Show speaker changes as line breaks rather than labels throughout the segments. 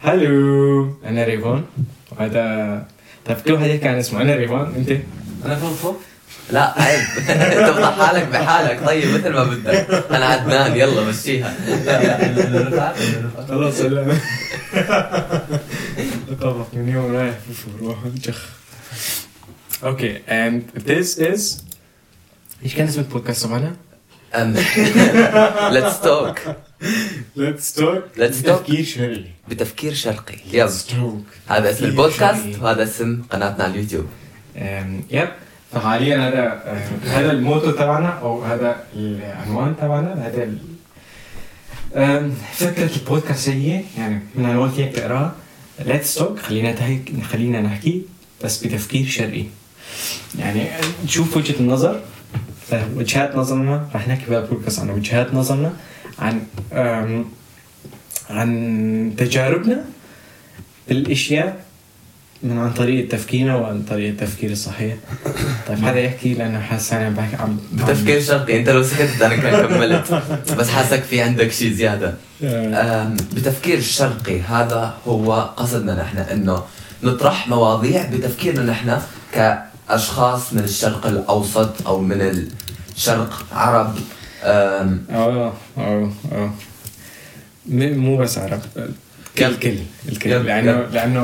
هلو، أنا ريفون وهذا طيب كل واحد يحكي عن اسمه. أنا ريفون، أنت؟
أنا فوفو. لا عيب. أنت بضح حالك بحالك. طيب مثل ما بدك. أنا عدنان، يلا مشيها.
خلاص لا طبعا من يوم رايح فوفو روح نشخ. Okay, and this is إيش كان اسم البودكاست تبعنا؟
Let's talk.
بتفكير شرقي.
بتفكير شرقي. يلا. هذا اسم البودكاست وهذا اسم قناتنا على اليوتيوب.
يب. فحاليا هذا الموتو تبعنا أو هذا العنوان تبعنا. هذا فكرة البودكاست هي يعني من عنوان هيك تقرأ Let's talk. خلينا نحكي بس بتفكير شرقي. يعني نشوف وجهة النظر، وجهات نظرنا. رح نحكي بقى بودكاست عن وجهات نظرنا، عن تجاربنا بالاشياء عن طريقه تفكيرنا وعن طريقه التفكير الصحيح. طيب هذا يحكي لانه حاسس انا بحكي عن
بتفكير شرقي. انت لو سكتت انا كان كملت، بس حاسك في عندك شيء زياده. بتفكير الشرقي هذا هو قصدنا نحن انه نطرح مواضيع بتفكيرنا نحن كأشخاص من الشرق الأوسط أو من الشرق عرب.
مو بس عرب، الكل لأنه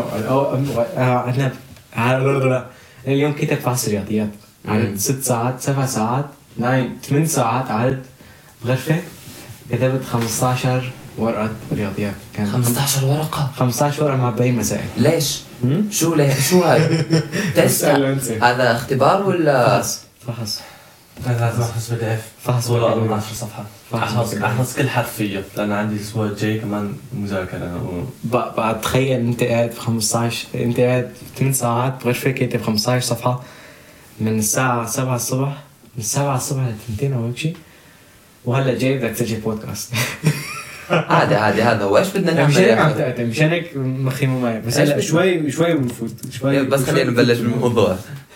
عندنا اليوم كتب فحص رياضيات عدد 6 ساعات 7 ساعات 8 ساعات عدد بغرفة. كتبت 15 ورقة رياضيات.
كان 15 ورقة
15 ورقة مع باقي مسائل.
ليش؟ شو هذا؟ تست؟ هذا اختبار ولا
فحص؟
لازم أحفظ PDF.
فحص
ولا 14 صفحة. أحفظ كل حرف فيه لأن عندي الأسبوع الجاي كمان مذاكرة.
بعد تخيل أنت قاعد في 15، أنت قاعد 8 ساعات بغرفة كاتب 15 صفحة من الساعة 7 الصبح، من 7 الصبح ل2 أو هيك شيء، وهلا جاي بدك تسجل بودكاست.
عادي هذا هو. ايش بدنا نعمل؟
مشان هيك مخي مو معي. بس هلا شوي بنفوت شوي.
بس خلينا نبلش بالموضوع.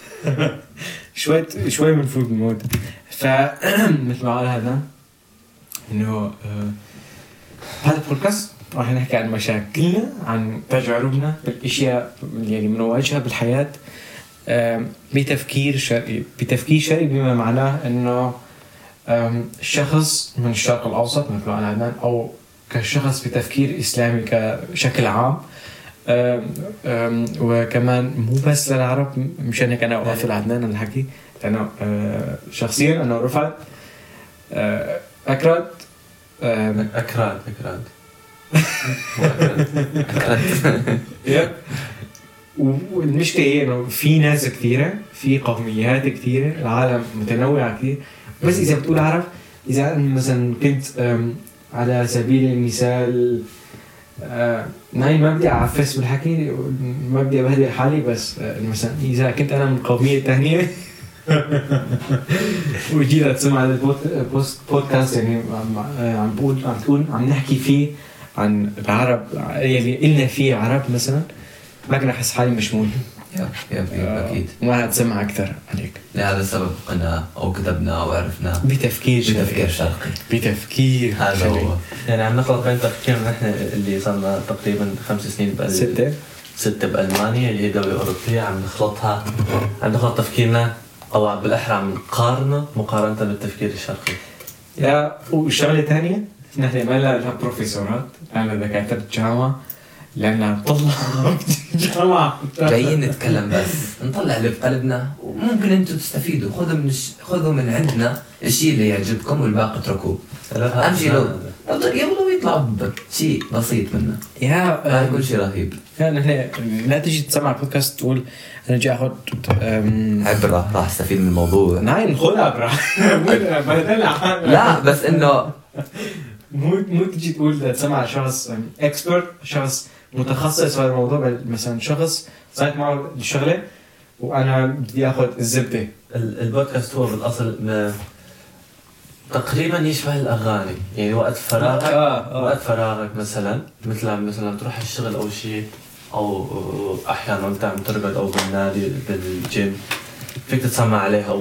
شوي بنفوت بالموضوع. فمثل ما قال هذا انه هذا البودكاست راح نحكي عن مشاكلنا، عن تجاربنا بالاشياء اللي بنواجهها بالحياة بتفكير شرقي بما معناه انه الشخص من الشرق الأوسط مثل ما قلنا أو كشخص بتفكير إسلامي كشكل عام. وكمان مو بس للعرب. مشان هيك أنا وقفت عدنان الحكي لأنه شخصيا أنا رفعت أكراد. والمشكلة هي إنه في ناس كثيرة، في قوميات كثيرة، العالم متنوعة كثير. بس إذا بتقول عرب، إذا مثلا كنت على سبيل المثال ما بدي أعفس بالحكي، ما بدي أبهدل حالي، بس مثلا إذا كنت أنا من قومية تانية وجيت أتسمع على البودكاست يعني عم نحكي فيه عن العرب، يعني إلنا فيه عرب مثلا، ما كنا أحس حالي مشمول.
أكيد
ما هتسمع أكثر عليك.
لهذا السبب قلنا أو كتبنا أو عرفنا
بتفكير
شرقي.
بتفكير
هذا هو.
يعني عم نخلط بين تفكيرنا نحن اللي صارنا تقريبا 5 سنين 6 بألمانيا اللي هي دولة أوروبية، عم نخلط تفكيرنا أو بالأحرى عم نقارنه مقارنة بالتفكير الشرقي.
يا وشغلة ثانية، نحن ما لنا بروفيسورات، لنا دكاترة جامعة، لأننا طلاب جامعة
جايين نتكلم بس نطلع اللي بقلبنا، وممكن انتم تستفيدوا. خذوا من عندنا الشيء اللي يعجبكم والباقي اتركوه. امشي لو يبغوا يطلعوا شيء بسيط منه
يا
كل شيء رهيب.
نحن لا تجي تسمع بودكاست تقول انا جاي اخذ
عبرة راح استفيد من الموضوع.
نعم خذ عبرة.
لا بس انه
مو تجي تقول تسمع شخص اكسبرت، شخص متخصص في الموضوع، مثلا شخص صارت معه الشغله وانا بدي اخذ الزبده.
البودكاست هو بالاصل تقريبا يشبه الاغاني، يعني وقت فراغك مثلا تروح الشغل او شيء، او احيانا انت عم ترقد او بالنادي بالجيم فيك تسمع عليها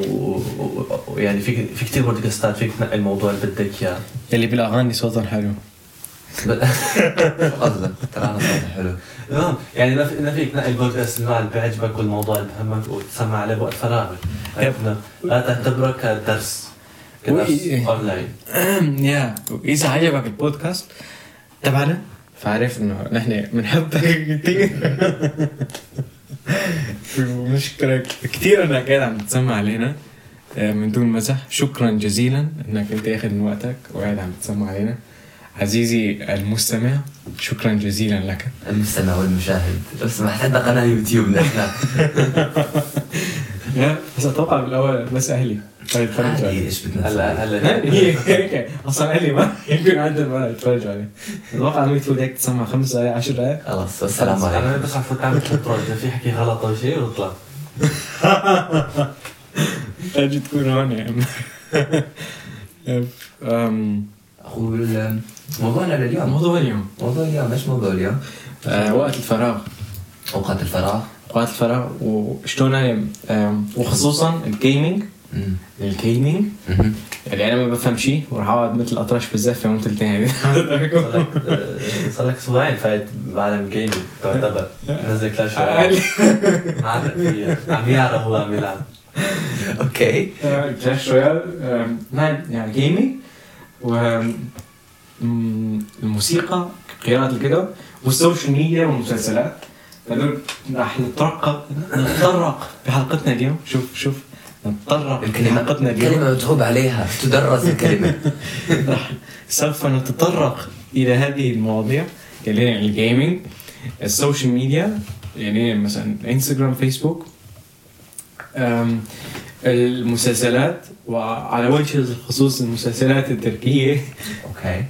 يعني في كتير بودكاستات فيك تنقي الموضوع اللي بدك اياه.
اللي بالاغاني صوتهم حلو
قصدك ترى أنا صوتي حلو.
تمام يعني ما فيك تنقي البودكاست النوع اللي بيعجبك والموضوع اللي بهمك وتسمع عليه بوقت فراغك. لا تعتبره كدرس أونلاين.
يا إذا عجبك البودكاست تبعنا فعرف إنه نحن بنحبك كتير. ومشكرك كتير إنك قاعد عم تسمع علينا من دون مزح. شكرا جزيلا إنك أنت أخذ من وقتك وقاعد عم تسمع علينا عزيزي المستمع. شكرا جزيلا لك
المستمع والمشاهد. لو سمحت عندنا قناة يوتيوب نحن.
بس أتوقع بالأول بس أهلي يتفرجوا عليه.
إيش بدنا
هلا
هيك أصلا أهلي ما يمكن عندهم ولا يتفرجوا عليه. أتوقع إنه يتفوت هيك تسمع 5 دقايق 10 دقايق.
خلاص السلام عليكم.
أنا بس عفوا تعمل كنترول إذا في حكي غلط أو شيء وطلع.
أجي تكون هون يا عم.
أقول موضوعنا لليوم.
موضوع اليوم
إيش موضوع اليوم؟
وقت الفراغ.
أوقات الفراغ.
وقت الفراغ وشلون وخصوصا الجيمينج. اللي أنا ما بفهم شيء وراح أقعد مثل أطرش بالزفة وأنت التاني.
صار لك أسبوعين فايت بعالم الجيمينج تعتبر نزل كلاش عم يعرف هو عم يلعب.
أوكي.
كلاش رويال يعني جيمينج والموسيقى قراءة الكتب والسوشيال ميديا والمسلسلات. فدول راح نتطرق بحلقتنا اليوم. شوف نتطرق بحلقتنا اليوم.
كلمة متعوب عليها تدرس الكلمة.
سوف نتطرق إلى هذه المواضيع يعني الجيمينج السوشيال ميديا يعني مثلا انستغرام فيسبوك المسلسلات وعلى وجه الخصوص المسلسلات التركية.
أوكي.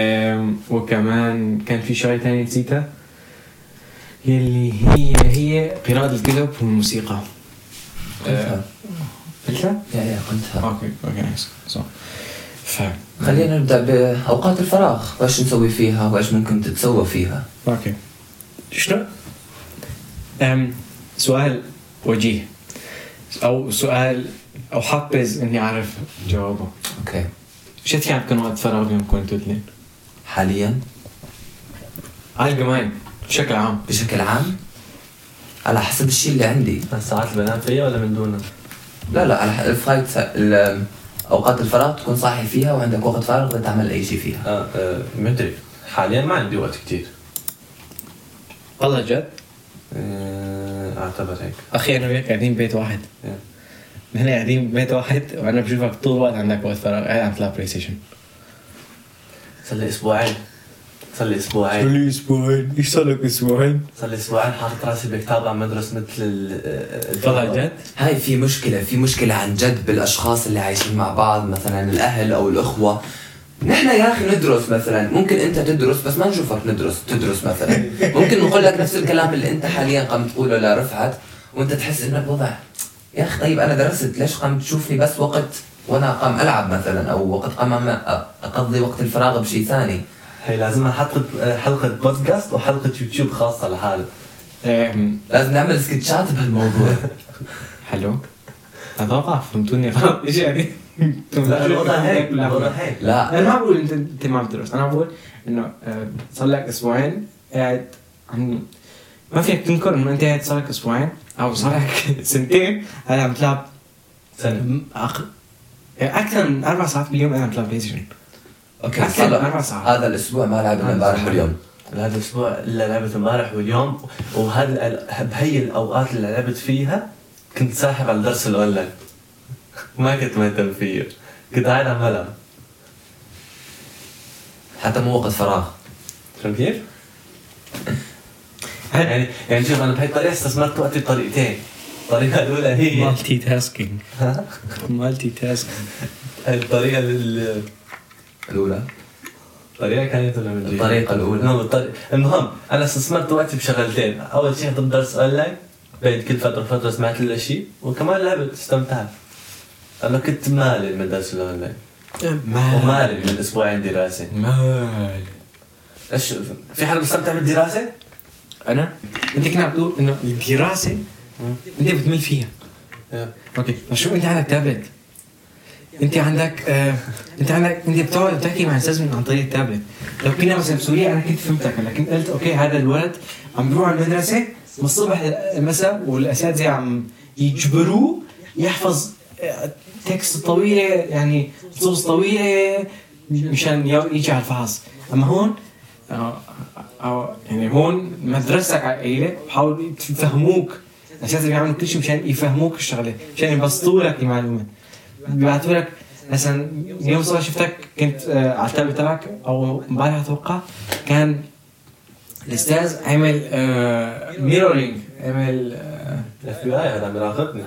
وكمان كان في شيء تاني نسيته يلي هي قراءة الكتب والموسيقى. قلتها؟
يا قلتها.
أوكي صح.
خلينا نبدأ بأوقات الفراغ وإيش نسوي فيها وإيش ممكن تتسوى فيها.
أوكي. شنو؟ سؤال وجيه أو سؤال أو حبذ إني أعرف جوابه.
أوكي.
شو في عندكم وقت فراغ اليوم كنتوا اثنين؟
حاليا؟
الجماعي بشكل عام
على حسب الشيء اللي عندي.
الساعات اللي بنام فيها ولا من دونها؟
لا على الفايت أوقات الفراغ تكون صاحي فيها وعندك وقت فراغ تعمل أي شيء فيها.
مدري حاليا ما عندي وقت كتير.
والله جد؟
أعتبر هيك.
أخي أنا وياك قاعدين ببيت واحد. نحن قاعدين ببيت واحد وأنا بشوفك طول الوقت عندك وقت فراغ قاعد عم تلعب بلاي ستيشن.
صار لي أسبوعين.
إيش صار لك أسبوعين؟
صار لي أسبوعين حاطط راسي بكتاب عم أدرس مثل
والله جد؟
هاي في مشكلة عن جد بالأشخاص اللي عايشين مع بعض مثلا الأهل أو الأخوة. نحن يا أخي ندرس مثلا ممكن أنت تدرس بس ما نشوفك تدرس مثلا. ممكن نقول لك نفس الكلام اللي أنت حاليا قام تقوله لرفعت وأنت تحس إنك وضع يا أخي طيب أنا درست ليش قام تشوفني بس وقت وأنا قام ألعب مثلا أو وقت قام أقضي وقت الفراغ بشيء ثاني.
هي لازم حلقة بودكاست وحلقة يوتيوب خاصة لحالة.
لازم نعمل سكتشات بهالموضوع.
حلو. أتوقع فهمتوني غلط. إيش يعني؟
لا الوضع هيك.
لا
أنا ما بقول أنت ما بتدرس. أنا بقول إنه صار لك أسبوعين قاعد ما فيك تنكر إنه أنت قاعد صار لك أسبوعين أو صار لك سنتين قاعد عم تلعب أكثر من 4 ساعات باليوم قاعد عم تلعب بلاي ستيشن.
اوكي هذا الاسبوع ما لعبنا امبارح واليوم.
هذا الاسبوع الا لعبت امبارح واليوم وهذا بهي الاوقات اللي لعبت فيها كنت ساحب على الدرس الاونلاين. ما كنت مهتم فيه كنت قاعد عم العب
حتى مو وقت فراغ.
فهمت كيف؟ يعني شوف انا بهي الطريقه استثمرت وقتي بطريقتين. الطريقه الاولى هي
مالتي تاسكينج.
هاي الطريقه
الأولى.
الطريقة كانت ولا من
الطريقة الأولى.
المهم أنا استثمرت وقتي بشغلتين. أول شيء حضرت درس أونلاين بين كل فترة سمعت له شيء وكمان لعبت استمتعت. أنا كنت مالي من درس الأونلاين ومالي من الأسبوعين دراسة. إيش في حدا بيستمتع بالدراسة؟
أنا أنت كنا بتقول إنه الدراسة أنت بتمل فيها. أوكي. شو أنت عندك تابلت انت عندك انت بتقعد تحكي مع الاستاذ عن طريق التابلت. لو كنا مثلا بسوريا انا كنت فهمتك، لكن قلت اوكي هذا الولد عم بيروح على المدرسه من الصبح المساء والاساتذه عم يجبروه يحفظ تكست طويله، يعني نصوص طويله مشان يجي على الفحص. اما هون يعني هون مدرستك عائله بحاولوا يفهموك، الاساتذه بيعملوا كل شيء مشان يفهموك الشغله، مشان يبسطوا لك المعلومات. بيبعثوا لك مثلا اليوم صار شفتك كنت على التابلت تبعك او امبارح اتوقع كان الاستاذ عمل ميرورينج، عمل
FBI هذا مراقبني.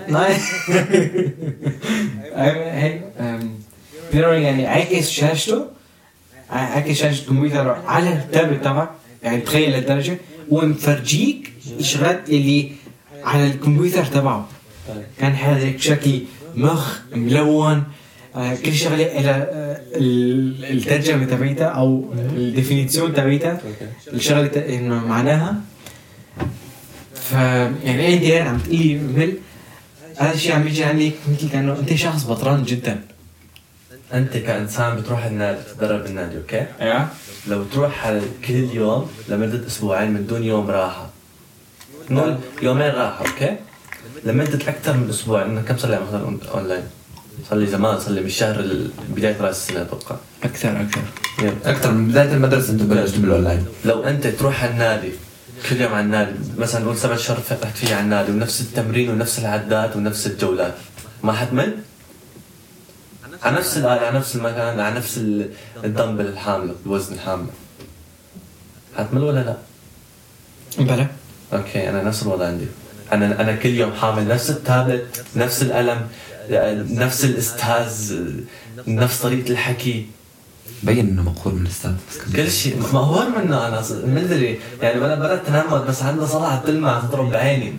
هيك ميرورينج يعني عكس شاشته، عكس شاشة الكمبيوتر على التابلت تبعك، يعني تخيل الدرجة ومفرجيك الشغلات اللي على الكمبيوتر تبعه. كان هذا شكل مخ ملون، كل شغله الى الترجمه تبعتها او الديفينيسيون تبعتها الشغله انه معناها. ف يعني انت عم تقولي مل هذا الشيء عم يجي عليك مثل كانه انت شخص بطران جدا.
انت كانسان بتروح النادي تتدرب بالنادي، اوكي؟
ايوه.
لو تروح كل يوم لمده اسبوعين من دون يوم راحه، نقول يومين راحه، اوكي؟ لمده اكثر من اسبوع، انك كم صار لي عم احضر اونلاين؟ صار لي زمان، صار لي بالشهر بدايه راس السنه اتوقع.
اكثر من بدايه المدرسه انت بلشت بالاونلاين.
لو انت تروح على النادي كل يوم على النادي، مثلا نقول 7 شهور فتحت فيه على النادي ونفس التمرين ونفس العدات ونفس الجولات، ما حتمل؟ على نفس الآلة، على نفس المكان، على نفس الدمبل الحامله، الوزن الحامل، حتمل ولا لا؟
بلى.
اوكي انا نفس الوضع عندي. انا كل يوم حامل نفس التابلت، نفس القلم، نفس الاستاذ، نفس طريقه الحكي.
بين انه مقهور من الاستاذ
كل شيء مقهور منه. انا مدري يعني بدأت تنمر بس عنده صراحه تلمع تضرب بعيني.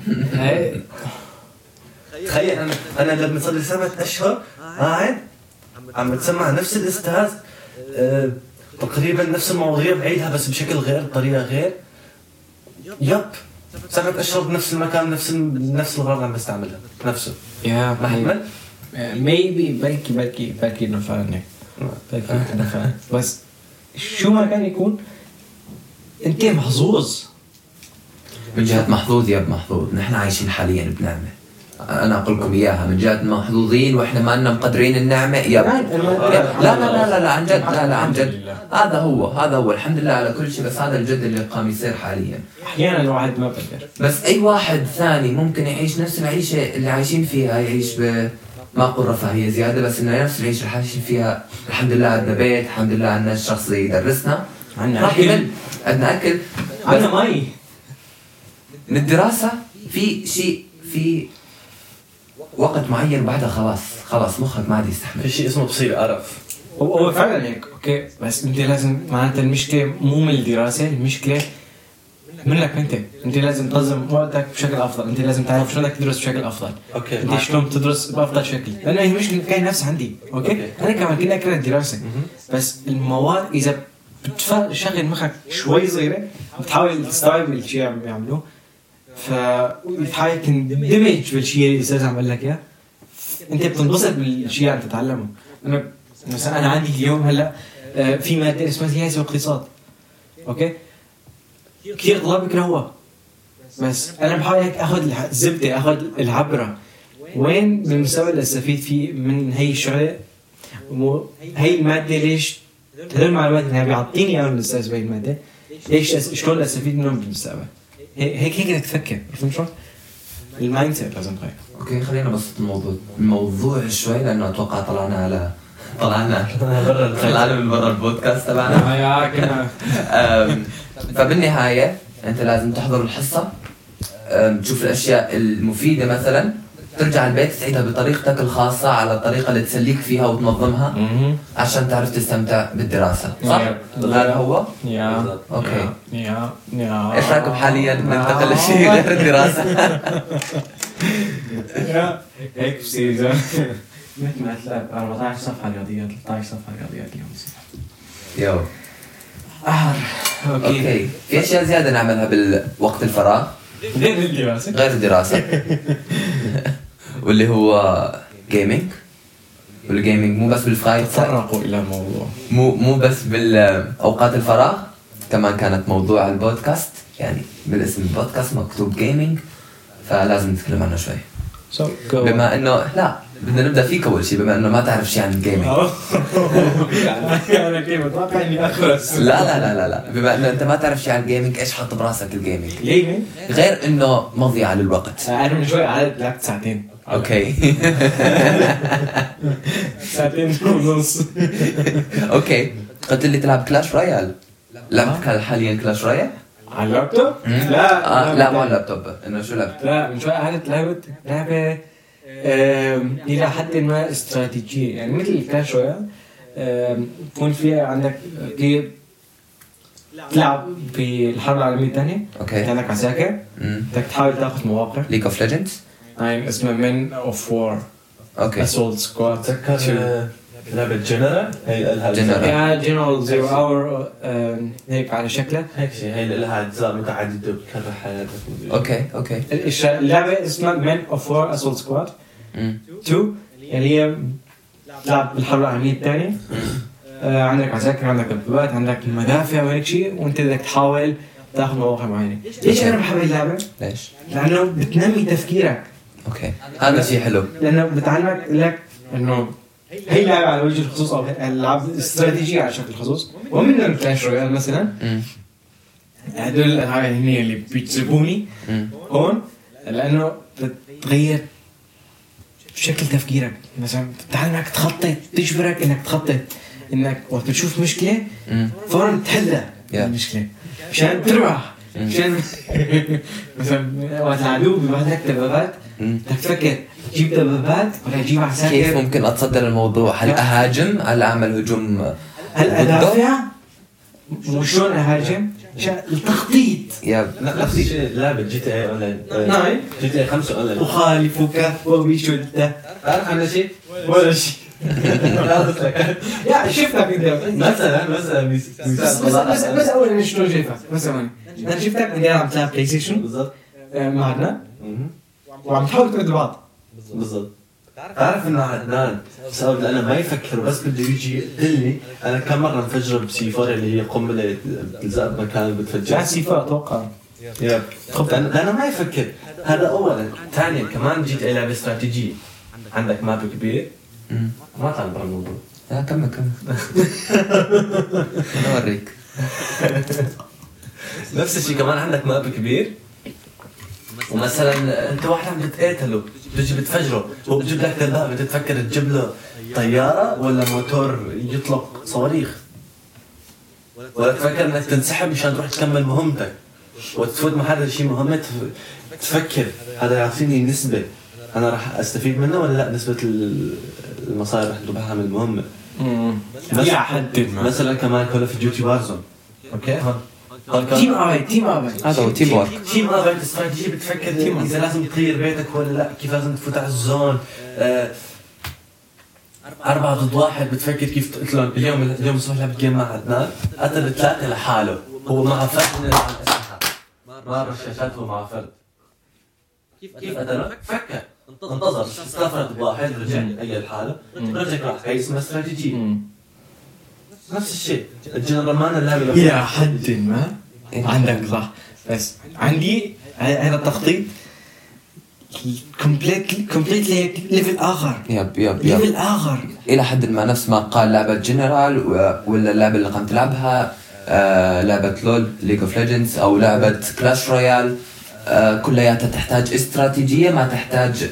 تخيل انا لما صار لي 7 أشهر قاعد عم بتسمع نفس الاستاذ، تقريبا نفس المواضيع بعيدها بس بشكل غير، بطريقه غير. 7 أشهر بنفس المكان، نفس الغرض عم بستعملها نفسه.
يا
محمد
ميبي بلكي نفعني بس شو ما كان يكون انت محظوظ
من جهة محظوظ يا محظوظ. نحن عايشين حاليا بنعمة، أنا أقول لكم إياها من جهة محظوظين وإحنا ما لنا مقدرين النعمة. لا عن جد، لا عن جد، هذا هو الحمد لله على كل شيء. بس هذا الجد اللي قام يصير حاليا.
أحيانا الواحد ما بقدر،
بس أي واحد ثاني ممكن يعيش نفس العيشة اللي عايشين فيها، يعيش ما أقول رفاهية زيادة، بس إنه نفس العيشة اللي عايشين فيها. الحمد لله عندنا بيت، الحمد لله عندنا شخص يدرسنا،
عندنا أكل، عندنا مي.
من الدراسة في شيء، في وقت معين بعدها خلاص مخك ما عاد يستحمل.
في شيء اسمه بصير قرف.
هو فعلا هيك، اوكي. بس انت لازم معناتها المشكله مو من الدراسه، المشكله منك انت لازم تنظم وقتك بشكل افضل. انت لازم تعرف شلون بدك تدرس بشكل افضل.
اوكي
انت شلون تدرس بافضل شكل، لانه هي مشكله كاين نفس عندي. اوكي انا كمان كنا اكره الدراسه، بس المواد اذا بتشغل مخك شوي صغيره بتحاول تستوعب الشيء اللي عم بيعملوه، فبتحاول تندمج بالشيء اللي الاستاذ عم يقول لك اياه. انت بتنبسط بالشيء اللي عم تتعلمه. انا مثلا انا عندي اليوم هلا في ماده اسمها سياسه واقتصاد، اوكي، كثير طلاب بيكرهوها، بس انا بحاول هيك اخذ الزبده، اخذ العبره وين من المستوى اللي استفيد فيه من هي الشغله. هي الماده ليش هذول المعلومات اللي بيعطيني اياها الاستاذ بهي الماده، ليش شلون استفيد منهم بالمستقبل. هيك بدك تفكر، عرفت شلون؟ المايند سيت لازم تغير.
اوكي خلينا نبسط الموضوع شوي، لانه اتوقع طلعنا من برا البودكاست تبعنا. فبالنهايه انت لازم تحضر الحصه، تشوف الاشياء المفيده، مثلا ترجع البيت تعيدها بطريقتك الخاصه، على الطريقه اللي تسليك فيها وتنظمها عشان تعرف تستمتع بالدراسه، صح؟ هذا هو؟ اوكي. ايش رايكم حاليا ننتقل لشيء غير الدراسه؟
هيك بصير مثل ما تلاقي 14 صفحه رياضيات، 13 صفحه رياضيات اليوم.
اوكي في اشياء زياده نعملها بالوقت الفراغ غير الدراسه واللي هو جيمينج. بالجيمنج، مو بس بالفايت،
تطرقوا الى موضوع
مو بس بالاوقات الفراغ، كمان كانت موضوع البودكاست، يعني بالاسم البودكاست مكتوب جيمنج، فلازم نتكلم عنه شوي. بما انه لا بدنا نبدا فيك اول شيء، بما انه ما تعرف شيء عن الجيمنج.
انا كيف اتوقع اني اخرس.
لا بما انه انت ما تعرف شيء عن الجيمنج، ايش حط براسك الجيمنج؟
جيمنج
غير انه مضيعه للوقت.
انا من شوي لعبت ساعتين.
اوكي.
ساعتين ونص.
اوكي، قلت لي تلعب كلاش رويال. لعبت حاليا كلاش رويال
على اللابتوب؟
لا مو على اللابتوب. انه شو لعبت؟
لا من شوي لعبت لعبه الى حد ما استراتيجيه، يعني مثل كلاش رويال. تكون فيها عندك كيف تلعب في الحرب العالميه الثانيه.
اوكي.
عندك عساكر بدك تحاول تاخذ مواقع.
ليج اوف ليجندز
اسمه من اوف وور.
اوكي.
اسولت سكواد.
تذكر لعبة جنرال، هي لها
جنرال زيرو اور هيك على شكله
هيك شيء، هي لها اجزاء متعدده بتكرر حياتك.
اوكي.
اللعبه اسمها من اوف وور اسولت سكواد 2، يعني هي تلعب بالحرب العالميه الثانيه. عندك عساكر، عندك دبابات، عندك مدافع وهيك شيء، وانت بدك تحاول تاخذ مواقع معينه. ليش انا بحب اللعبه؟
ليش؟
لانه بتنمي تفكيرك.
اوكي، هذا شيء حلو،
لانه بتعلمك لك انه هي لعبه على وجه الخصوص او العاب استراتيجيه على شكل الخصوص، ومنهم كلاش رويال مثلا. هدول الالعاب هي اللي بيجذبوني هون، لانه بتغير شكل تفكيرك. مثلا بتعلمك تخطط، تجبرك انك تخطط، انك وقت تشوف مشكله فورا تحلها المشكله مشان تربح. مشان مثلا وقت العدو بيبعث لك دبابات، بدك تفكر تجيب دبابات ولا تجيب عساكر.
كيف ممكن اتصدر الموضوع؟ هل اهاجم؟ هل اعمل هجوم؟
هل ادافع؟ وشلون اهاجم؟ التخطيط.
نفس الشيء لعبة جي تي اي اونلاين.
نعم،
جي تي اي 5 اونلاين.
اخالفك وبشدة.
تعرف عنها شيء؟
ولا شيء. يا شفتك انت
مثلا
بس اول شلون شايفك؟ مثلا انا شفتك انت عم تلعب بلاي ستيشن
بالضبط
معنا وعم تحاول تقتل بعض.
بالضبط. تعرف انه عدنان بسبب انا ما يفكر بس بده يجي يقتلني. انا كم مره انفجر بسي 4 اللي هي قنبله بتلزق بمكان بتفجر.
سي 4 اتوقع.
انا ما يفكر. هذا اولا. ثانيا كمان جيت الى لعبه استراتيجيه، عندك ماب كبير. ما تعال برا الموضوع.
لا كمل انا اوريك.
نفس الشيء كمان عندك ماب كبير، ومثلا انت واحد عم بتقاتله بتجي بتفجره، هو بجيب لك دبابه، بتتفكر تجيب له طياره ولا موتور يطلق صواريخ، ولا تفكر انك تنسحب مشان تروح تكمل مهمتك وتفوت مع هذا الشيء مهمة. تفكر هذا يعطيني نسبة انا راح استفيد منه ولا لا، نسبة المصاري راح تربحها من المهمة.
بس حدد
مثلا كمان كول اوف ديوتي وارزون. اوكي
تيم ابي
هذا هو تيم وورك.
تيم ابي استراتيجية، بتفكر اذا لازم تغير بيتك ولا لا، كيف لازم تفوت على الزون 4 ضد 1. بتفكر كيف تقتلهم. اليوم الصبح لعبت جيم مع عدنان، قتل 3 لحاله، هو مع فرد من الأسلحة، ما رشاشات، هو مع فرد. كيف قتله؟ فكر، انتظر، استفرد بواحد، رجع أي الحالة، رجع راح. هي اسمها استراتيجية. نفس الشيء الجنرال مان اللعبة
إلى حد ما عندك صح، بس عندي هذا التخطيط كومبليتلي ليفل آخر.
يب
ليفل آخر
إلى حد ما، نفس ما قال لعبة جنرال ولا اللعبة اللي قام تلعبها لعبة لول ليج اوف ليجندز أو لعبة كلاش رويال، كلياتها تحتاج استراتيجية، ما تحتاج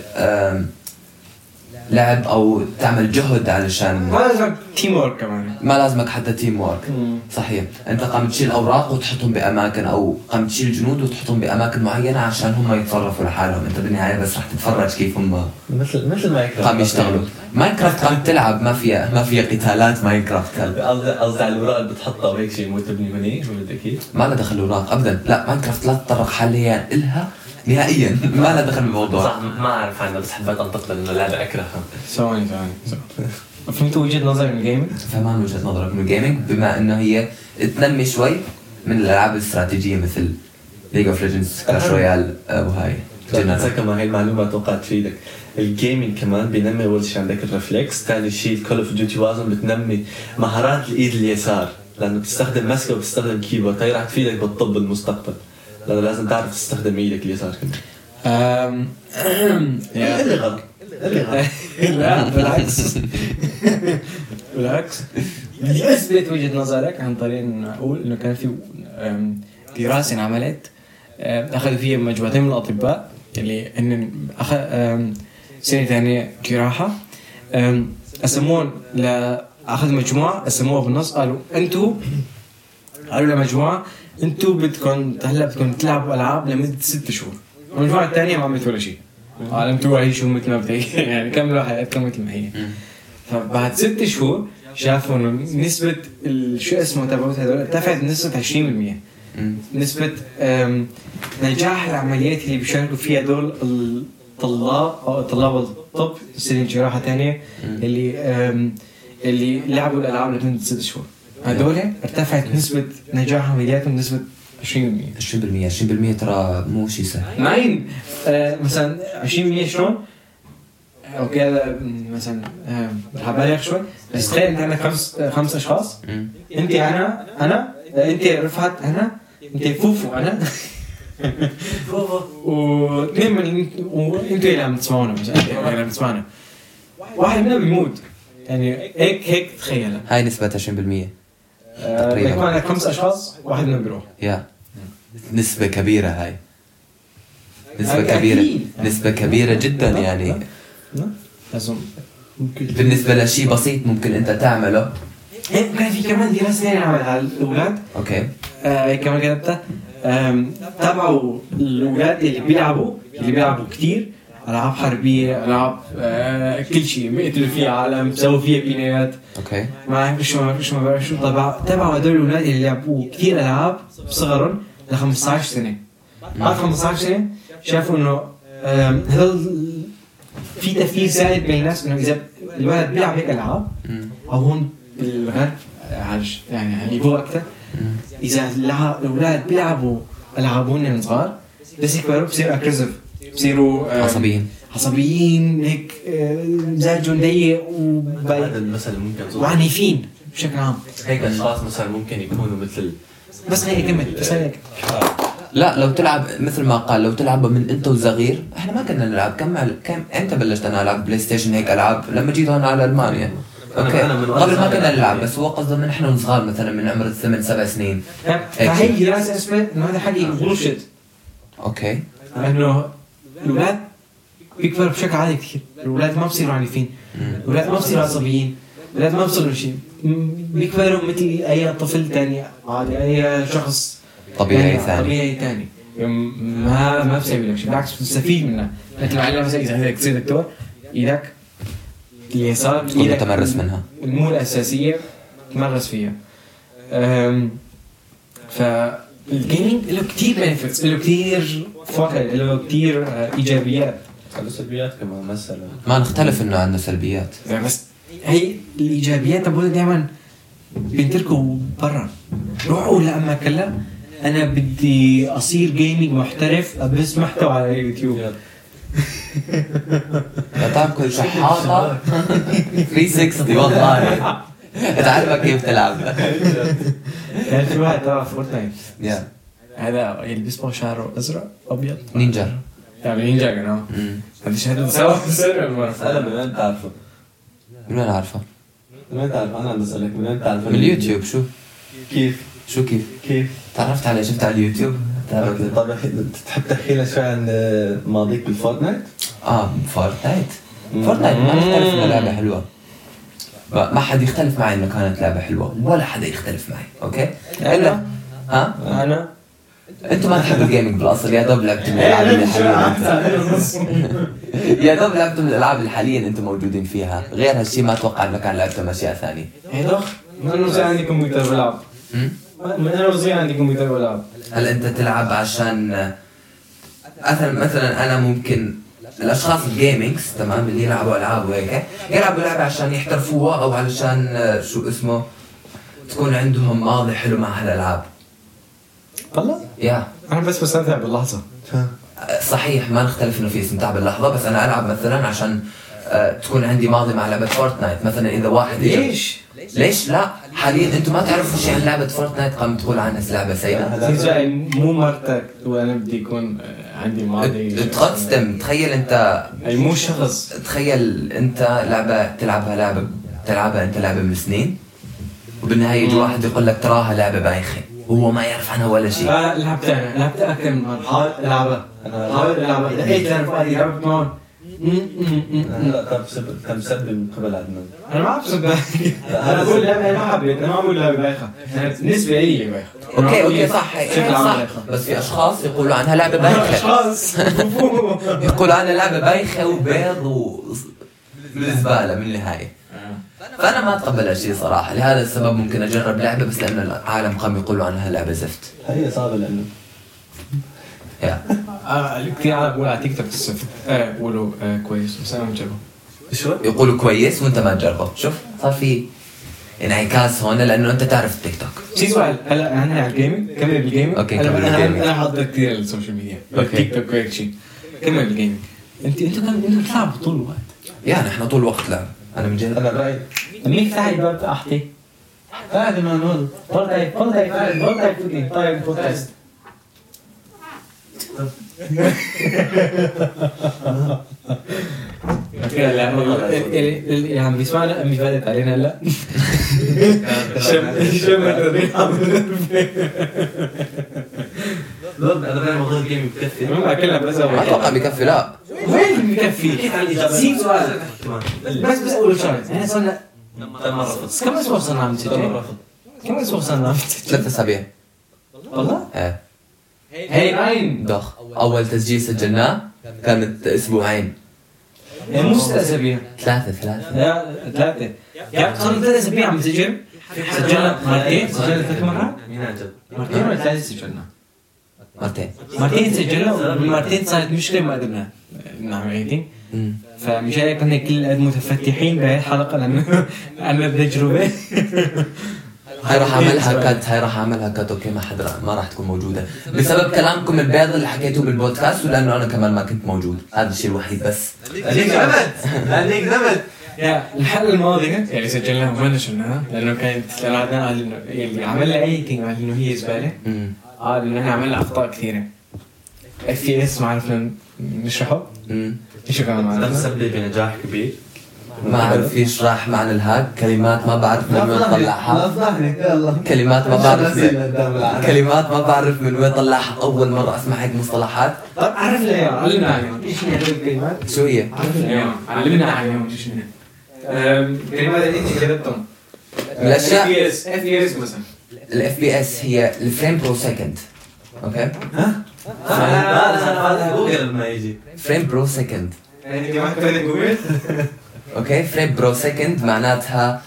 لعب أو تعمل جهد علشان
ما لازمك تيم وورك كمان،
ما لازمك حتى تيم وورك. صحيح، أنت قام تشيل أوراق وتحطهم بأماكن، أو قام تشيل جنود وتحطهم بأماكن معينة عشان هم يتصرفوا لحالهم، أنت بالنهاية بس رح تتفرج كيف هم
مثل ماينكرافت
قام يشتغلوا. ماينكرافت قام تلعب، ما فيها قتالات. ماينكرافت
قصدي على الأوراق اللي بتحطها وهيك شيء، مو تبني مني شو بدك كيف؟
ما له دخل أوراق أبدا. لا، ماينكرافت لا تطرق حاليا إلها نهائيا، ما له دخل بالموضوع.
صح، ما أعرف عنها، بس حبيت أنتقد إنه لعبة أكرهها.
ثواني فهمت وجهة نظرك من الجيمنج؟
فهمان وجهة نظرك من الجيمنج، بما إنه هي تنمي شوي من الألعاب الاستراتيجية مثل ليج اوف ليجندز، كلاش رويال وهاي.
جنرال. كمان هاي المعلومة أتوقع تفيدك. الجيمينج كمان بينمي أول شيء عندك الرفلكس، ثاني شيء كول اوف ديوتي وازن بتنمي مهارات الإيد اليسار لأنه بتستخدم مسكة وبتستخدم كيبورد. هاي راح تفيدك بالطب المستقبل لأنه لازم تعرف تستخدم إيدك اليسار كمان. اللي غلط
لا بالعكس. بالعكس اللي أثبت وجهة نظرك عن طريق إنه أقول إنه كان في دراسة انعملت أخذوا فيها مجموعتين من الأطباء اللي إن أخذ سنة ثانية جراحة أسمون أخذ مجموعة أسموها بالنص قالوا لمجموعة أنتوا بدكم تلعبوا ألعاب لمدة 6 شهور. المجموعة الثانية ما عملت ولا شيء. علمتوا عيشوا مثل ما بدي يعني كملوا حياتكم مثل ما هي. فبعد 6 شهور شافوا إنه نسبة شو اسمه تبعوت هذول ارتفعت نسبة 20%. نسبة نجاح العمليات اللي بيشاركوا فيها دول طلاب الطب سنين جراحة تانية اللي لعبوا الألعاب لمدة 6 شهور هذول ارتفعت نسبة نجاح عملياتهم نسبة 20%.
20% ترى مو شيء سهل.
معين مثلا 20% شلون؟ أوكي هذا مثلا هبالغ شوي بس تخيل إن عندك 5 أشخاص. أنت أنا أنت رفعت أنا أنت فوفو أنا واثنين من وأنتوا اللي عم تسمعونا مثلا اللي عم تسمعنا واحد منا بيموت يعني هيك تخيل.
هاي نسبة 20%
تقريبا. يكون عندك 5 أشخاص واحد منهم بيروح.
نسبة كبيرة هاي. نسبة كبيرة جدا يعني. بالنسبة لشيء بسيط ممكن أنت تعمله.
كان في كمان دراسة ثانية عملها على الأولاد.
أوكي.
كمان كتبتها تابعوا الأولاد اللي بيلعبوا كتير ألعاب حربية ألعاب كل شيء بيقتلوا فيها عالم بيسووا فيها بنايات.
أوكي.
ما بعرف شو تابعوا هدول الأولاد اللي لعبوا كتير ألعاب بصغرهم ل15 سنة. بعد 15 سنة شافوا إنه هذول في تفكير زائد بين الناس إنه إذا الولد بيلعب هيك ألعاب أو هون بالغرب يعني اللي هو أكتر إذا الأولاد بيلعبوا ألعابهم من صغار بس يكبروا بصيروا أكريسيف بصيروا عصبيين هيك مزاجهم ضيق
هذا المثل ممكن
وعنيفين بشكل عام.
هيك أشخاص مثلا ممكن يكونوا مثل
بس هيك كمل بس هيك.
لا لو تلعب مثل ما قال لو تلعب من انت وصغير احنا ما كنا نلعب كم امتى بلشت انا العب بلاي ستيشن هيك العاب لما جيت هون على المانيا. اوكي قبل ما كنا نلعب بس هو قصده من احنا وصغار مثلا من عمر 8-7 سنين.
فهي دراسه اسمها انه هذا حكي بولشيت.
اوكي
انه الاولاد بيكبروا بشكل عادي كثير. الاولاد ما بصيروا عنيفين. الاولاد ما بصيروا عصبيين. الاولاد ما بصيروا شيء بيكبروا مثل اي طفل ثاني عادي اي شخص
طبيعي
ثاني ما بسوي لك شيء بالعكس بتستفيد منه. مثل ما علمنا مثلا اذا تصير دكتور ايدك اليسار
تكون متمرس منها
المو الاساسيه تمرس فيها. فالجيمينج له كتير بنفيتس له كتير فوائد له كتير ايجابيات.
له سلبيات كمان مثلا
ما نختلف انه عنده سلبيات
بس هي الايجابيات تبغى دائما بنتركوا برا. روحوا لما كلا انا بدي اصير جيمنج محترف بس محتوى على يوتيوب.
لا تاكل شحاطه 360 والله تعرف كيف تلعب.
يعني في واحد تبع فورتنايت
هذا
اللي بيسمه شعره ازرق ابيض
نينجا
يعني نينجا كمان. هذا شهاده سوا
انا من وين تعرفه؟
من وين عارفه؟
من وين تعرف؟ انا بسألك من وين تعرف؟
من اليوتيوب. شو كيف
تعرفت
عليه؟ شفت على اليوتيوب.
طب تحب تحكي لنا شوي عن ماضيك بالفورتنايت؟
فورتنايت ما نختلف انها لعبة حلوة. ما حد يختلف معي انه كانت لعبة حلوة ولا حدا يختلف معي. اوكي الا
انا
انتوا ما تحبوا الجيمنج بالاصل. يا دوب لعبتوا من الالعاب اللي يا دوب لعبتوا من الالعاب اللي حاليا انتم موجودين فيها. غير هالشيء ما اتوقع انه كان لعبتوا اشياء ثانيه.
من صار عندي كمبيوتر بلعب. من انا صغير عندي كمبيوتر بلعب.
هل انت تلعب عشان مثلا انا ممكن الاشخاص الجيمينجز تمام اللي يلعبوا العاب وهيك يلعبوا لعبه عشان يحترفوها او علشان شو اسمه تكون عندهم ماضي حلو مع هالالعاب.
والله
انا
بس بستمتع باللحظه.
صحيح ما نختلف انه في استمتاع باللحظه، بس انا العب مثلا عشان تكون عندي ماضي مع لعبه فورتنايت مثلا. اذا واحد ليش لا حاليا انتم ما تعرفوا شيء عن لعبه فورتنايت قام تقول عنها لعبه سيئه؟
مو مرتك وانا بدي يكون عندي ماضي
تقدم. تخيل انت
اي مو شخص،
تخيل انت لعبه تلعبها انت لعبه من سنين، وبالنهايه يجي واحد يقول لك تراها لعبه بايخه وهو ما يعرف عنها ولا شيء.
لعبتها أكثر من مرة. حاول ألعبها دقيت تعرف هذه لعبة معون.
لا كم سبب من قبل عدنان.
أنا ما أقصد أنا أقول لعبة ما حبيت، أنا ما أقول لعبة بايخة، بالنسبة لي بايخة.
أوكي صح. بس في أشخاص يقولوا عنها لعبة بايخة. أشخاص يقولوا عنها لعبة بايخة وبيض وزبالة من النهاية. فأنا ما أتقبل هالشيء صراحة. لهذا السبب ممكن أجرب لعبة بس لأن العالم قام يقولوا عنها لعبة زفت.
هي صعبة لأنه
كثير عالم بقول على تيك توك الزفت. بقولوا كويس بس أنا ما بجربه.
شو؟ يقولوا كويس وأنت ما تجربه. شوف صار في انعكاس هون لأنه أنت تعرف التيك توك.
شيء سؤال هلا عنا على الجيمنج. كمل بالجيمنج.
أوكي كمل بالجيمنج.
أنا حاضر كثير السوشيال ميديا. التيك توك وهيك شيء. كمل بالجيمنج. أنتوا بتلعبوا طول الوقت.
يعني إحنا طول الوقت لعب. أنا من جد.
أنا برأيي.
ميك تعال باب أحكي. تعال ما نقول. طلعي فوقي. طيب بودكاست. اللي عم بيسمعنا أمي فاتت علينا هلا. شم الريحة
لا أنا بعرف موضوع الجيم بكفي.
ما أكلنا بس
ما أتوقع بكفي. لا
وين بكفي؟ كيف على الإجابة؟ سين سؤال بس أقول شغلة. إحنا صرنا كم أسبوع صرنا عم نسجل؟
3 أسابيع
والله؟
إيه.
هي باين
ضخ. أول تسجيل سجلناه كانت أسبوعين.
مو 6 أسابيع.
3
لا 3 يا صار 3 أسابيع عم نسجل. سجلنا مرتين. سجلنا 3 مرات. مرتين ولا 3 سجلنا؟ مرتين سجلنا والمرتين صارت مشكلة ما قدرنا نعمل عيدين. فمش هيك كنا كل قد متفتحين بهاي الحلقة لأنه عنا التجربة.
هاي راح أعملها كات أوكي ما راح تكون موجودة بسبب كلامكم البيض اللي حكيته بالبودكاست ولأنه أنا كمان ما كنت موجود. هذا الشيء الوحيد بس.
لأنك نمت.
يا الحلقة الماضية يعني سجلناها وما نشرناها لأنه كانت لعبنا قال إنه اللي عمل لها أي قال إنه هي زبالة. قال إنه إحنا عملنا أخطاء كثيرة. FPS ما عرفنا نشرحه. إيش كمان معنا؟
لم تسبب بنجاح كبير.
ما أعرف يشرح معنى الهاك. كلمات ما بعرف من وين طلعها. كلمات ما بعرف من وين طلعها. أول مرة أسمع هيك مصطلحات.
طب عرفنا اليوم علمنا عنهم. إيش هي الكلمات؟
شو هي؟
عرفنا اليوم علمنا عنهم إيش هي. الكلمات اللي أنت كتبتهم.
الأشياء.
FPS مثلا.
FPS هي الفريم برو سكند. أوكي؟
ها؟ هذا جوجل ما يجي.
فريم برو سكند.
يعني دي ما كتبت جوجل.
اوكي فريم برو سكند معناتها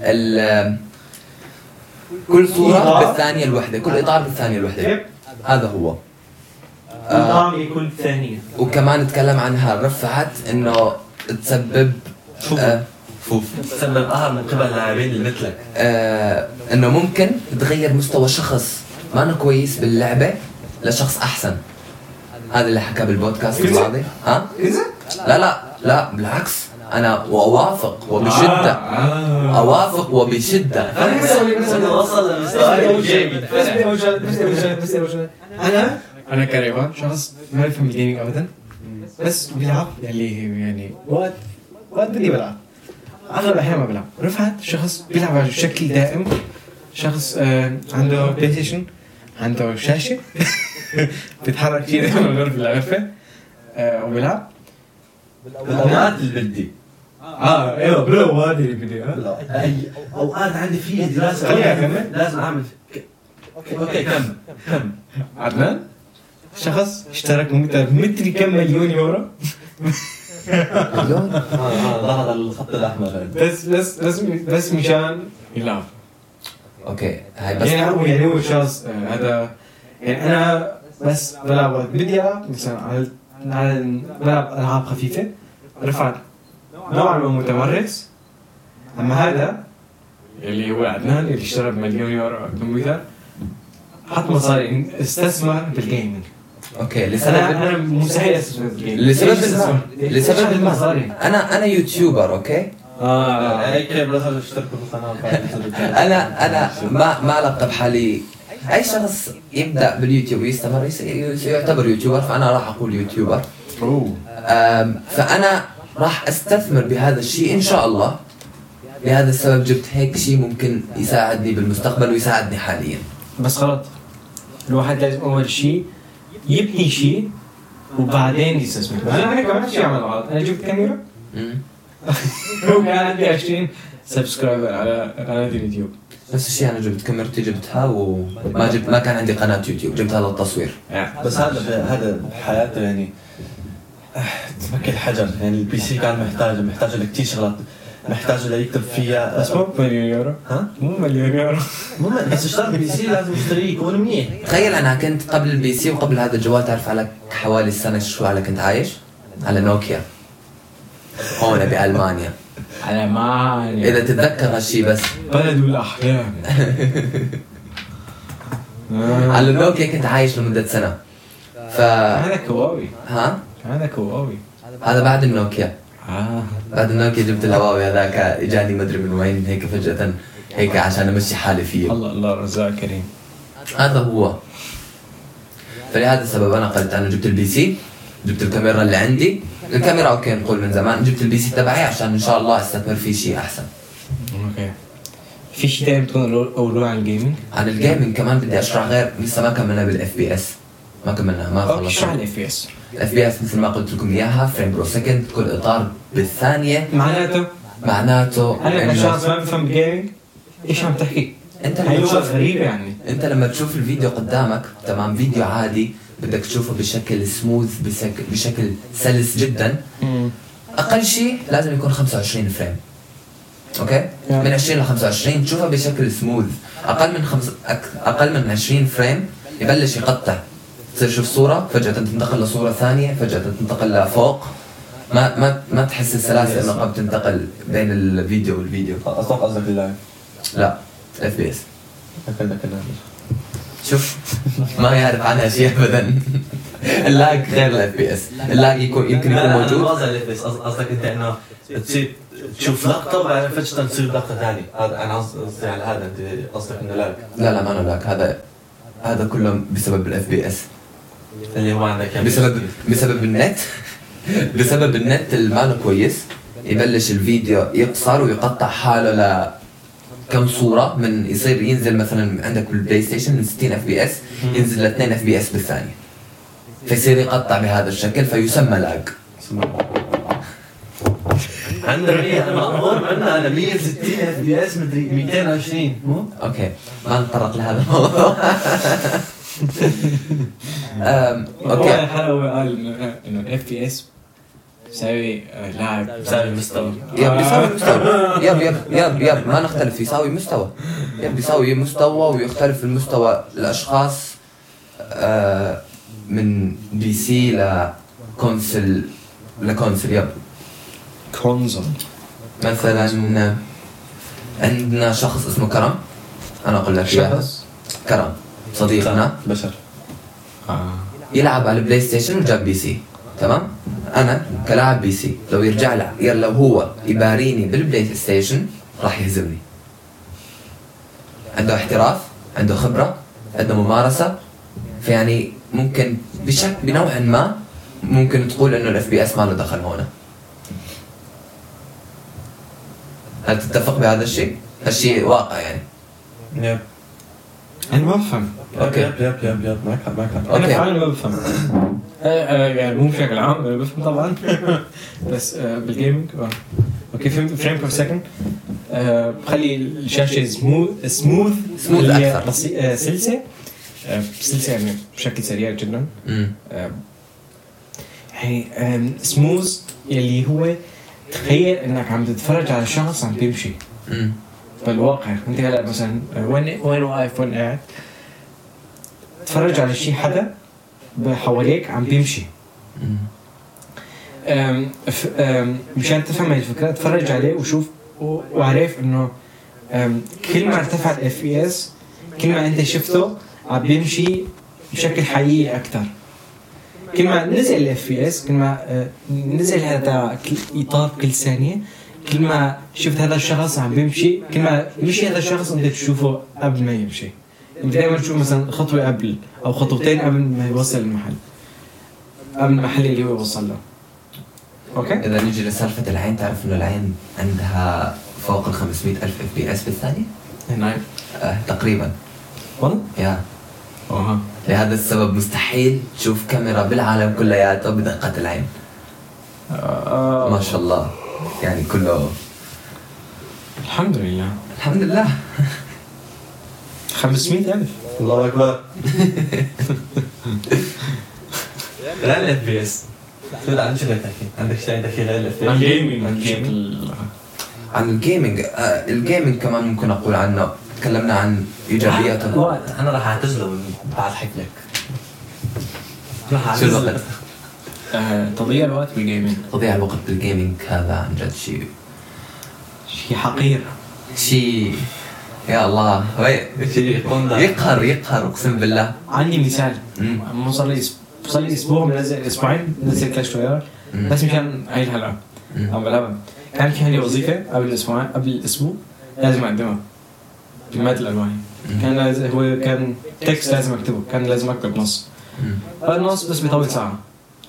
كل صورة بالثانية الوحدة، كل إطار بالثانية الوحدة. هذا هو
الإطار كل ثانية.
وكمان نتكلم عنها رفعت إنه تسبب
تسبب قهر من قبل لاعبين اللي مثلك.
إنه ممكن تغير مستوى شخص ما أنا كويس باللعبة لشخص أحسن. هذا اللي حكى بالبودكاست الماضي. ها؟ لا بالعكس أنا أوافق وبشدة.
وصل لمستوى جيد.
أنا كريفان شخص ما يفهم الجيمينج أبدا بس بيلعب يعني وقت بدي بلعب. أغلب الأحيان ما بلعب. رفعت شخص بيلعب على شكل دائم. شخص عنده بلاي ستيشن عنده شاشة بيتحرك كثير من غرفة لغرفة وبيلعب
بالأوقات اللي بدي.
ايوه بالأوقات اللي بدي.
أي أوقات عندي فيه دراسة لازم أعمل. أوكي كم
عدنان شخص اشترك متري كم مليون يورو.
ضغط الخط الأحمر.
بس مشان يلعب.
اوكي هاي بس
يعني هو شخص هذا يعني انا بس بلعب وقت بدي العب مثلا على بلعب العاب خفيفه. رفعت نوعا ما متمرس. اما هذا اللي هو عدنان اللي اشترى ب1,000,000 يورو كمبيوتر حط مصاري استثمر بالجيمنج.
اوكي
انا مستحيل استثمر بالجيمنج
لسبب المصاري. انا يوتيوبر اوكي.
هيك لازم تشتركوا بالقناه.
انا ما القب حالي اي شخص يبدا باليوتيوب ويستمر يعتبر يوتيوبر، فانا راح اقول يوتيوبر. فانا راح استثمر بهذا الشيء ان شاء الله. لهذا السبب جبت هيك شيء ممكن يساعدني بالمستقبل ويساعدني حاليا.
بس غلط، الواحد لازم اول شيء يبني شيء وبعدين يستثمر. انا كمان شيء عمل غلط، انا جبت كاميرا وكان عندي 20 سبسكرايبر على قناه اليوتيوب.
نفس الشيء انا جبت كاميرتي جبتها ما كان عندي قناه يوتيوب، جبت هذا التصوير.
بس هذا بحياته يعني تفك الحجر. يعني البي سي كان محتاج لكتير شغلات، محتاج ليكتب فيها.
بس مو مليون يورو. مو مليون يورو.
بس اشتري بي سي لازم اشتريه يكون منيح.
تخيل انا كنت قبل البي سي وقبل هذا الجوال، تعرف على حوالي السنه شو على كنت عايش على نوكيا هون بألمانيا.
ألمانيا
إذا تتذكر هالشي بس
بلد الأحلام.
على نوكيا كنت عايش لمدة سنة.
هذا كواوي. هذا كواوي.
هذا بعد النوكيا. بعد النوكيا جبت الهواوي هذاك إجاني مدري من وين هيك فجأة هيك عشان أمشي حالي فيه.
الله رزاق كريم.
هذا هو. فلهذا السبب أنا قلت أنا جبت البي سي، جبت الكاميرا اللي عندي. الكاميرا اوكي نقول من زمان، جبت البي سي تبعي عشان ان شاء الله استثمر في شيء احسن.
اوكي. في شيء ثاني بتكون اولوية عن الجيمنج؟
عن الجيمنج كمان بدي اشرح غير، لسه ما كملنا بالاف بي اس. ما خلصنا.
اشرح الاف بي اس.
الاف بي اس مثل ما قلت لكم اياها فريم برو سكند، كل اطار بالثانية. معناته
انا كشخص ما بفهم بالجيمنج ايش عم تحكي؟
انت
غريبة يعني.
انت لما تشوف الفيديو قدامك تمام، فيديو عادي بدك تشوفه بشكل سموث، بشكل سلس جدا. اقل شيء لازم يكون 25 فريم. اوكي من 20 ل 25 تشوفه بشكل سموث. اقل من 20 فريم يبلش يقطع، تصير تشوف صوره فجاه تنتقل لصوره ثانيه، فجاه تنتقل لفوق. ما تحس السلاسه انه قد تنتقل بين الفيديو والفيديو.
اصلا قصدك اللايف؟
لا اف بي اس. شوف ما يعرف عنها شيء ابدا. اللاج غير الاف بي اس. اللاج يمكن يكون موجود.
قصدك انت انه تصير تشوف لقطه وبعدين فجاه تصير لقطه ثانيه. هذا انا قصدي على هذا. انت قصدك انه لاج؟
لا ما انا لاج. هذا كله بسبب الاف بي اس
اللي هو عندك
بسبب النت. بسبب النت اللي ما كويس يبلش الفيديو يقصر ويقطع حاله ل كم صورة، من يصير ينزل مثلا عندك بالبلاي ستيشن من 60 اف بي اس ينزل ل 2 اف بي اس بالثانية، فيصير يقطع بهذا الشكل فيسمى لاج.
عندنا انا مأمور منها انا 160 اف بي اس مدري 220 مو؟
اوكي ما نتطرق لهذا الموضوع.
اوكي الحلوة قال انه الاف بي اس يساوي لاعب، يساوي مستوى.
يساوي مستوى. يب ما نختلف، يساوي مستوى. يساوي مستوى ويختلف المستوى الأشخاص من بي سي لكونسل يب.
كونسل
مثلا عندنا شخص اسمه كرم، أنا أقول لك إياه. كرم صديقنا
بشر
يلعب على البلاي ستيشن وجاب بي سي. تمام. أنا كلاعب بي سي لو هو يباريني بالبلاي ستيشن راح يهزمني. عنده احتراف، عنده خبرة، عنده ممارسة، فيعني ممكن بنوع ما ممكن تقول إنه الاف بي اس ما له دخل هنا. هل تتفق بهذا الشيء؟ هالشيء واقع يعني.
يب
أنا ما بفهم.
أوكي.
يب معك.
أنا فعلا ما بفهم. يعني مو بشكل عام أنا بفهم طبعا. بس بالجيمينج أوكي فريم بير سكند بخلي الشاشة سموث
أكثر.
سلسة يعني بشكل سريع جدا. يعني سموث يلي هو تخيل إنك عم تتفرج على شخص عم تمشي. بالواقع أنت هلا مثلا وين واقف وين قاعد تتفرج على شيء حدا بحواليك عم بيمشي. مشان تفهم هاي الفكرة تفرج عليه وشوف وعرف إنه كل ما ارتفع ال FPS كل ما أنت شفته عم بيمشي بشكل حقيقي أكتر. كل ما نزل الاف بي اس، كل ما نزل هذا اطار كل ثانيه، كل ما شفت هذا الشخص عم بيمشي، كل ما مشي هذا الشخص انت تشوفه قبل ما يمشي. انت دائما تشوف مثلا خطوه قبل او خطوتين قبل ما يوصل المحل، قبل المحل اللي هو وصل له. اوكي،
اذا نيجي لسالفه العين، تعرف انه العين عندها فوق ال 500,000 اف بي اس بالثانيه؟
نعم
تقريبا.
والله
يا لهذا السبب مستحيل تشوف كاميرا بالعالم كلياته بدقه العين. ما شاء الله، يعني كله
الحمد لله.
الحمد لله.
500,000
الله اكبر. لا الاف بي اس تقول عن شغله تحكي، عندك شيء تحكي غير الاف بي اس؟
عن الجيمنج. الجيمنج كمان ممكن اقول عنه، تكلمنا عن ايجابياته.
انا راح اعتزله بعد حكي لك. راح
شو
اعتزله.
الوقت؟
تضييع الوقت بالجيمنج،
تضيع الوقت بالجيمنج هذا عن جد شيء
حقير،
شيء يا الله يقهر اقسم بالله.
عندي مثال. مو صار لي اسبوع منزل، اسبوعين نزلت كلاش رويال بس مشان هاي الحلقه عم بلعبها. كان في عندي وظيفه قبل الاسبوع لازم اقدمها بالماده الالوانيه. هو كان تكست لازم اكتبه، كان لازم اكتب نص. النص بس بيطول ساعه.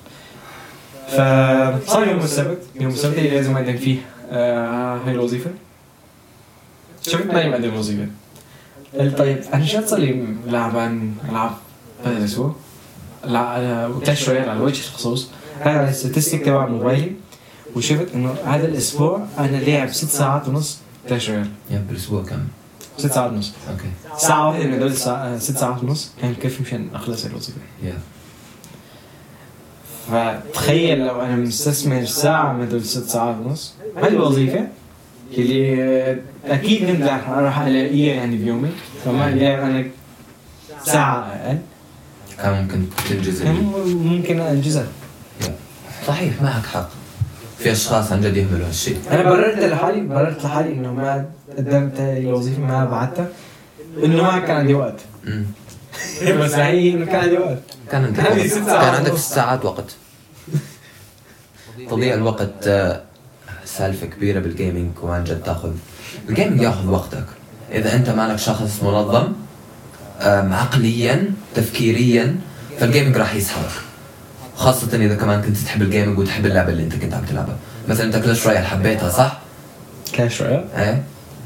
فصار يوم السبت اللي لازم اقدم فيه هاي الوظيفه. شفت ماني مقدم الوظيفه. طيب انا شو صار لي العب هذا الاسبوع كلاش رويال على وجه الخصوص. هذا الستاتستيك تبع موبايلي، وشفت انه هذا الاسبوع انا لاعب 6 ساعات ونص كلاش رويال.
يا بالاسبوع كم؟
6 ساعات ونص.
اوكي،
ساعه واحده من هدول 6 ساعات ونص كان كيف مشان اخلص الوظيفه. فتخيل لو انا مستثمر ساعه من هدول 6 ساعات ونص، هاي الوظيفه اللي اكيد كنت راح الاقيها يعني بيومي، فما انا ساعه اقل
كان ممكن تنجز.
ممكن انجزها.
صحيح، معك حق. في اشخاص عن جد يهملوا هالشيء.
انا بررت لحالي انه ما قدمت الوظيفه، ما بعتها، انه ما كان عندي وقت. بس هي انه كان عندي وقت.
كان عندك 6 ساعات وقت. تضيع الوقت سالفه كبيره بالجيمنج، وعن جد تاخذ الجيمنج ياخذ وقتك. اذا انت مالك شخص منظم عقليا تفكيريا، فالجيمنج راح يسحبك، خاصة إذا كمان كنت تحب الجيمنج وتحب اللعبة اللي أنت كنت عم تلعبها. مثلا أنت كلاش رويال حبيتها صح؟
كلاش رويال؟
إيه؟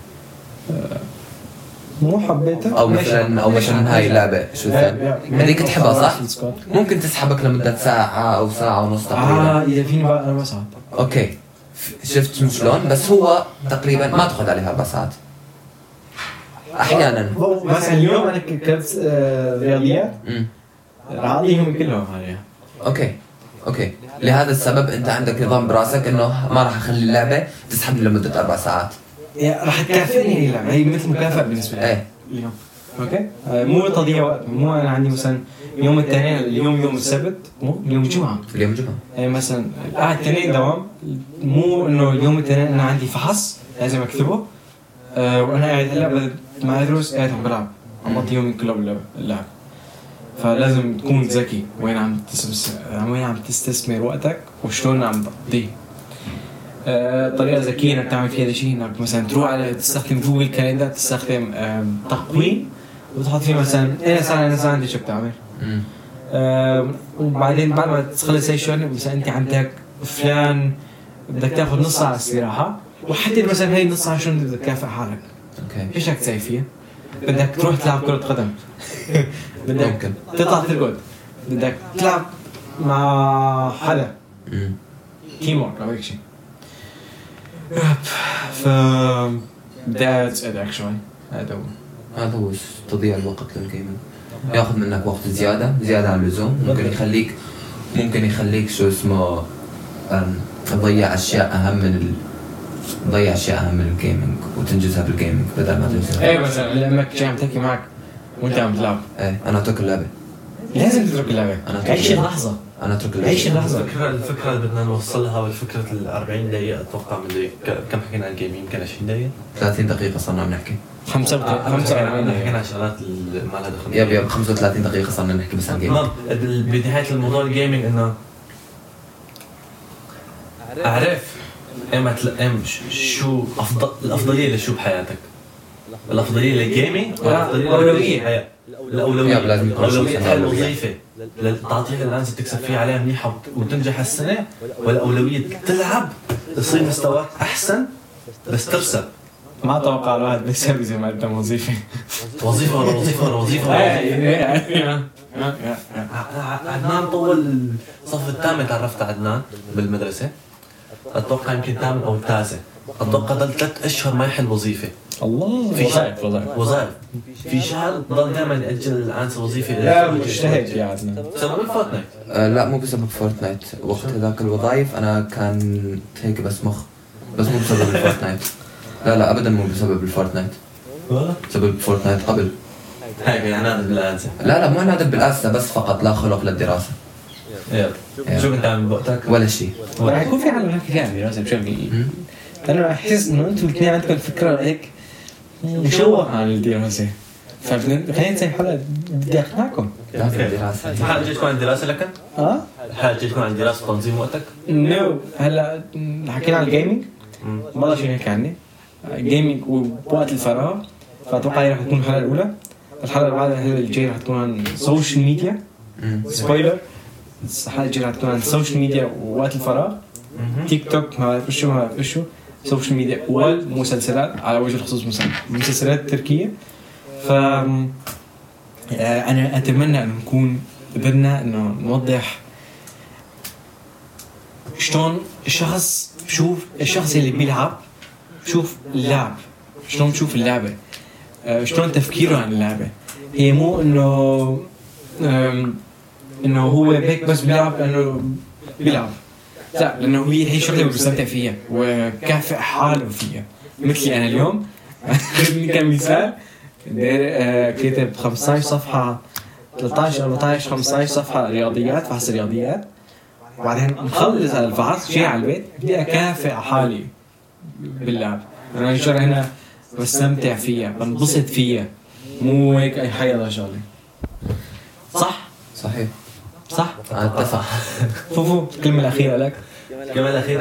مو حبيتها؟
أو مثلا هاي اللعبة شو اسمها؟ هذيك تحبها صح؟ ممكن تسحبك لمدة ساعة أو ساعة ونص تقريبا.
إذا فيني بقى 4 ساعات.
أوكي، شفت شلون؟ بس هو تقريبا ما تأخذ عليها 4 ساعات. أحيانا.
مثلا اليوم أنا كنت رياضيات. راح أعطيهم كلهم عليها.
اوكي لهذا السبب انت عندك نظام براسك انه ما راح اخلي اللعبه تسحبني لمده 4 ساعات.
راح تكافئني هي اللعبه، هي مثل مكافاه بالنسبه لي.
ايه
اليوم اوكي، مو تضييع وقت. مو انا عندي مثلا يوم الاثنين، اليوم يوم السبت، مو اليوم الجمعه. مثلا قاعد الاثنين دوام، مو انه اليوم الاثنين انا عندي فحص لازم اكتبه وانا قاعد هلا ما ادرس، قاعد عم بلعب، عم بقضي يومي كله باللعب. فلازم تكون ذكي وين عم تستثمر وقتك وشلون عم تقضيه. طريقة ذكية انك تعمل فيها هذا الشيء، انك مثلا تروح على تستخدم جوجل كالندر، تستخدم تقويم وتحط فيه مثلا انا صار عندي شو بتعمل. وبعدين بعد ما تخلص هاي الشغله مثلا انت عندك فلان بدك تاخذ نص ساعة استراحة، وحدد مثلا هاي النص ساعة شلون بدك تكافئ حالك. ايش بدك تسوي فيها؟ بدك تروح تلعب كرة قدم، بدك تطلع ترقد، بدك تلعب مع حدا، تيم ورك او هيك شيء. that's it actually.
هذا هو تضييع الوقت للجيمنج. ياخذ منك وقت زيادة عن اللزوم، ممكن يخليك شو اسمه تضيع أشياء أهم من الجيمنج وتنجزها بالجيمنج بدل ما تنجزها.
ايه مثلا لما كنت عم تحكي معك وانت عم تلعب،
ايه انا اترك اللعبة.
لازم تترك اللعبة.
عيش اللحظة. انا اترك اللعبة.
عيش اللحظة.
الفكرة اللي بدنا نوصلها، والفكرة 40 دقيقة اتوقع من كم حكينا عن الجيمنج؟ يمكن 20 دقيقة
30 دقيقة صرنا بنحكي.
45 حكينا عن شغلات ما لها دخل.
يب 35 دقيقة صرنا نحكي بس عن جيمنج.
بنهاية الموضوع الجيمنج إنه أعرف شو الأفضلية لشو بحياتك. الأفضلية للجيمنج ولا الأولوية؟ الأولوية لازم يكون أولوية الوظيفة تعطيها الآن تكسب فيها عليها منيحة وتنجح السنة، والأولوية تلعب تصير مستواك أحسن بس ترسب.
ما أتوقع الواحد بيسوي زي ما قدم وظيفة
عدنان طول الصف الثامن تعرفت على عدنان بالمدرسة، أتوقع يمكن الثامن أو التاسع. أتوقع ضل 3 أشهر ما يحل وظيفة.
الله
في وظائف في شهر ضل دائما يأجل الآنسة وظيفة.
لا مجتهد يا عدنان
بسبب الفورتنايت.
لا مو بسبب فورتنايت، وقت ذاك الوظائف أنا كان هيك بس مو بسبب الفورتنايت. لا أبدا مو بسبب الفورتنايت، بسبب الفورتنايت قبل
هيك يعني نادل بالآنسة.
لا مو نادل بالآنسة، بس فقط لا خلق للدراسة.
شو كنت عامل بوقتك؟
ولا شيء.
راح يكون في عالم نحكي فيها دراسة بشكل. أنا أحس إنه أنتوا الاثنين عندكم الفكرة هيك مشوه عن الدراسة، فخلينا نسوي حلقة بدي أقنعكم.
دراسة.
حاجة تكون عن دراسة لكن؟ حاجة تكون عن دراسة تنظيم وقتك؟
نو هلا حكينا عن الجيمنج، ما شيء نحكي عنه. الجيمنج ووقت الفراغ، فأتوقع راح تكون الحلقة الأولى. الحلقة اللي بعدها الجاي راح تكون عن السوشيال ميديا. سبويلر، الحلقة الجاي راح تكون عن السوشيال ميديا ووقت الفراغ. تيك توك ما بعرف شو سوشيال ميديا والمسلسلات، على وجه الخصوص مسلسلات تركية. أنا أتمنى أن نكون قدرنا إنه نوضح شلون الشخص اللي بيلعب شوف اللعب، شلون بشوف اللعبة، شلون تفكيره عن اللعبة. هي مو إنه هو هيك بس بيلعب لأنه بيلعب، لا، لأنه هي شغلة بيستمتع فيها وكافئ حاله فيها. مثلي أنا اليوم كمثال كتب 15 صفحة 13 14 15 صفحة رياضيات، فحص رياضيات، وبعدين نخلص الفحص شيء على البيت بدي أكافئ حالي باللعب. أنا الشغلة هنا بستمتع فيها بنبسط فيها، مو هيك أي حاجة شغلة.
صحيح
صح؟
أتفق.
فوفو الكلمة الأخيرة لك.
الكلمة الأخيرة